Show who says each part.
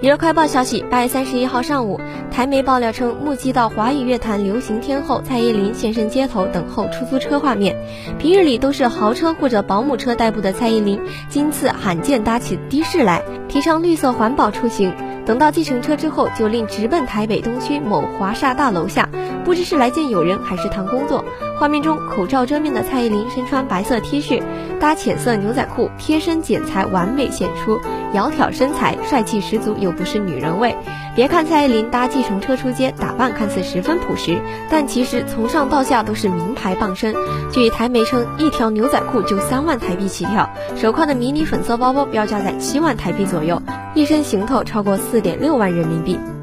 Speaker 1: 娱乐快报消息，8月31号上午，台媒爆料称，目击到华语乐坛流行天后蔡依林现身街头等候出租车画面。平日里都是豪车或者保姆车代步的蔡依林，今次罕见搭起的士来，提倡绿色环保出行。等到计程车之后，就另直奔台北东区某华厦大楼下，不知是来见友人还是谈工作。画面中，口罩遮面的蔡依林身穿白色 T 恤，搭浅色牛仔裤，贴身剪裁完美显出，窈窕身材，帅气十足又不失女人味。别看蔡依林搭计程车出街，打扮看似十分朴实，但其实从上到下都是名牌傍身。据台媒称，一条牛仔裤就3万台币起跳，手挎的迷你粉色包包标价在7万台币左右，一身行头超过4.6万人民币。